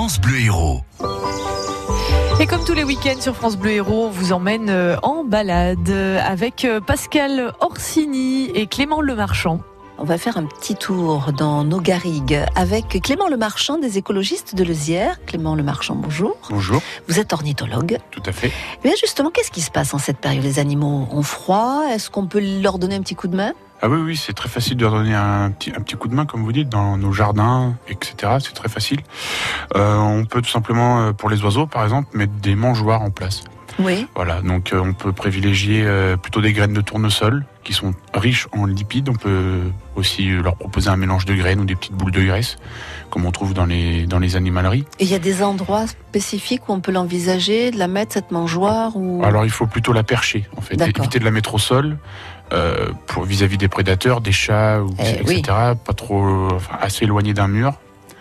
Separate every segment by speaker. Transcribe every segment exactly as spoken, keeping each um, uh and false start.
Speaker 1: France Bleu Héros.
Speaker 2: Et comme tous les week-ends sur France Bleu Héros, on vous emmène en balade avec Pascal Orsini et Clément Lemarchand.
Speaker 3: On va faire un petit tour dans nos garrigues avec Clément Lemarchand des écologistes de Leuzière. Clément Lemarchand, bonjour.
Speaker 4: Bonjour.
Speaker 3: Vous êtes ornithologue.
Speaker 4: Tout à fait.
Speaker 3: Et bien justement, qu'est-ce qui se passe en cette période? Les animaux ont froid. Est-ce qu'on peut leur donner un petit coup de main?
Speaker 4: Ah oui, oui, c'est très facile de leur donner un petit, un petit coup de main, comme vous dites, dans nos jardins, et cetera. C'est très facile. Euh, on peut tout simplement, pour les oiseaux, par exemple, mettre des mangeoires en place.
Speaker 3: Oui.
Speaker 4: Voilà, donc euh, on peut privilégier euh, plutôt des graines de tournesol qui sont riches en lipides. On peut aussi leur proposer un mélange de graines ou des petites boules de graisse, comme on trouve dans les, dans les animaleries.
Speaker 3: Et il y a des endroits spécifiques où on peut l'envisager, de la mettre, cette mangeoire ou...
Speaker 4: Alors il faut plutôt la percher, en fait.
Speaker 3: D'accord.
Speaker 4: Éviter de la mettre au sol, euh, pour vis-à-vis des prédateurs, des chats, ou,
Speaker 3: Eh,
Speaker 4: et cetera. Oui. Pas trop, enfin, assez éloigné d'un mur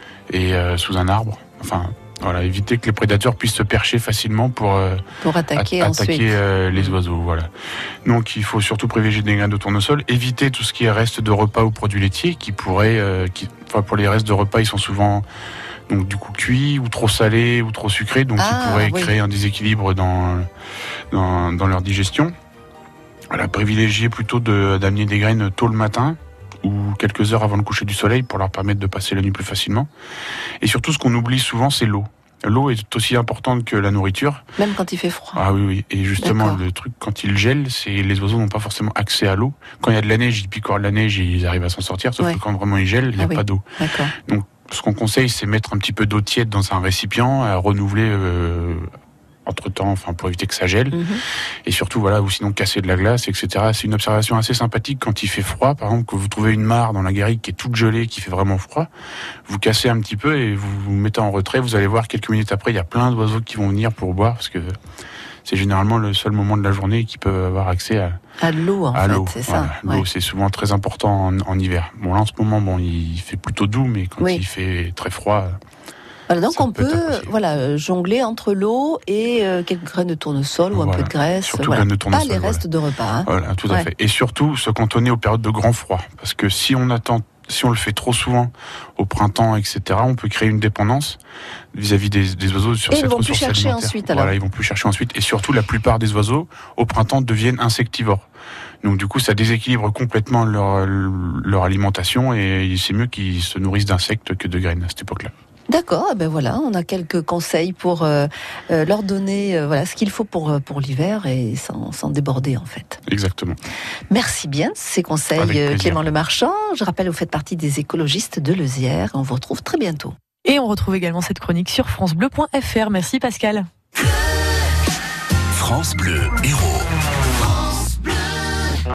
Speaker 4: et euh, sous un arbre. Enfin... Voilà, éviter que les prédateurs puissent se percher facilement pour, euh,
Speaker 3: pour attaquer,
Speaker 4: a-
Speaker 3: ensuite.
Speaker 4: attaquer euh, les oiseaux. Voilà. Donc il faut surtout privilégier des graines de tournesol, éviter tout ce qui est reste de repas ou produits laitiers qui pourraient, euh, qui, enfin, pour les restes de repas, ils sont souvent donc du coup cuits ou trop salés ou trop sucrés, donc
Speaker 3: Ah,
Speaker 4: ils pourraient
Speaker 3: oui.
Speaker 4: créer un déséquilibre dans, dans, dans leur digestion. Voilà, privilégier plutôt de, d'amener des graines tôt le matin ou quelques heures avant le coucher du soleil pour leur permettre de passer la nuit plus facilement. Et surtout, ce qu'on oublie souvent, c'est l'eau. L'eau est aussi importante que la nourriture.
Speaker 3: Même quand il fait froid.
Speaker 4: Ah oui, oui. Et justement,
Speaker 3: D'accord.
Speaker 4: le truc, quand il gèle, c'est les oiseaux n'ont pas forcément accès à l'eau. Quand il y a de la neige, ils picorent de la neige et ils arrivent à s'en sortir. Sauf
Speaker 3: Ouais.
Speaker 4: que quand vraiment il gèle, il n'y a
Speaker 3: Ah oui.
Speaker 4: pas d'eau.
Speaker 3: D'accord.
Speaker 4: Donc, ce qu'on conseille, c'est mettre un petit peu d'eau tiède dans un récipient, à renouveler euh, entre-temps, enfin, pour éviter que ça gèle.
Speaker 3: Mhm.
Speaker 4: Et surtout, voilà, ou sinon casser de la glace, et cetera. C'est une observation assez sympathique quand il fait froid. Par exemple, que vous trouvez une mare dans la garrigue qui est toute gelée, qui fait vraiment froid, vous cassez un petit peu et vous vous mettez en retrait. Vous allez voir quelques minutes après, il y a plein d'oiseaux qui vont venir pour boire, parce que c'est généralement le seul moment de la journée qu'ils peuvent avoir accès à,
Speaker 3: À de l'eau, en
Speaker 4: à
Speaker 3: fait,
Speaker 4: l'eau.
Speaker 3: c'est
Speaker 4: Voilà.
Speaker 3: ça.
Speaker 4: L'eau,
Speaker 3: Ouais.
Speaker 4: c'est souvent très important en, en hiver. Bon, là, en ce moment, bon, il fait plutôt doux, mais quand
Speaker 3: Oui.
Speaker 4: il fait très froid,
Speaker 3: Voilà, donc
Speaker 4: ça
Speaker 3: on
Speaker 4: peut
Speaker 3: peut,
Speaker 4: être apprécié.
Speaker 3: voilà, jongler entre l'eau et euh, quelques graines de tournesol ou un
Speaker 4: Voilà.
Speaker 3: peu de graisse.
Speaker 4: Surtout
Speaker 3: voilà.
Speaker 4: graines de tournesol,
Speaker 3: Pas les
Speaker 4: voilà.
Speaker 3: restes de repas. Hein.
Speaker 4: voilà, tout à
Speaker 3: Ouais.
Speaker 4: fait. Et surtout, se cantonner aux périodes de grand froid. Parce que si on attend, si on le fait trop souvent au printemps, et cetera, on peut créer une dépendance vis-à-vis des, des oiseaux sur
Speaker 3: Et ils
Speaker 4: cette
Speaker 3: vont plus
Speaker 4: ressource
Speaker 3: chercher
Speaker 4: alimentaire.
Speaker 3: ensuite, alors.
Speaker 4: Voilà, ils vont plus chercher ensuite. Et surtout, la plupart des oiseaux, au printemps, deviennent insectivores. Donc du coup, ça déséquilibre complètement leur, leur alimentation et c'est mieux qu'ils se nourrissent d'insectes que de graines à cette époque-là.
Speaker 3: D'accord, eh ben voilà, on a quelques conseils pour euh, euh, leur donner euh, voilà, ce qu'il faut pour, pour l'hiver et sans, sans déborder en fait.
Speaker 4: Exactement.
Speaker 3: Merci bien de ces conseils,
Speaker 4: Avec plaisir.
Speaker 3: Clément Lemarchand. Je rappelle, vous faites partie des écologistes de Leuzière. On vous retrouve très bientôt.
Speaker 2: Et on retrouve également cette chronique sur francebleu point f r. Merci Pascal.
Speaker 1: France Bleu Héros.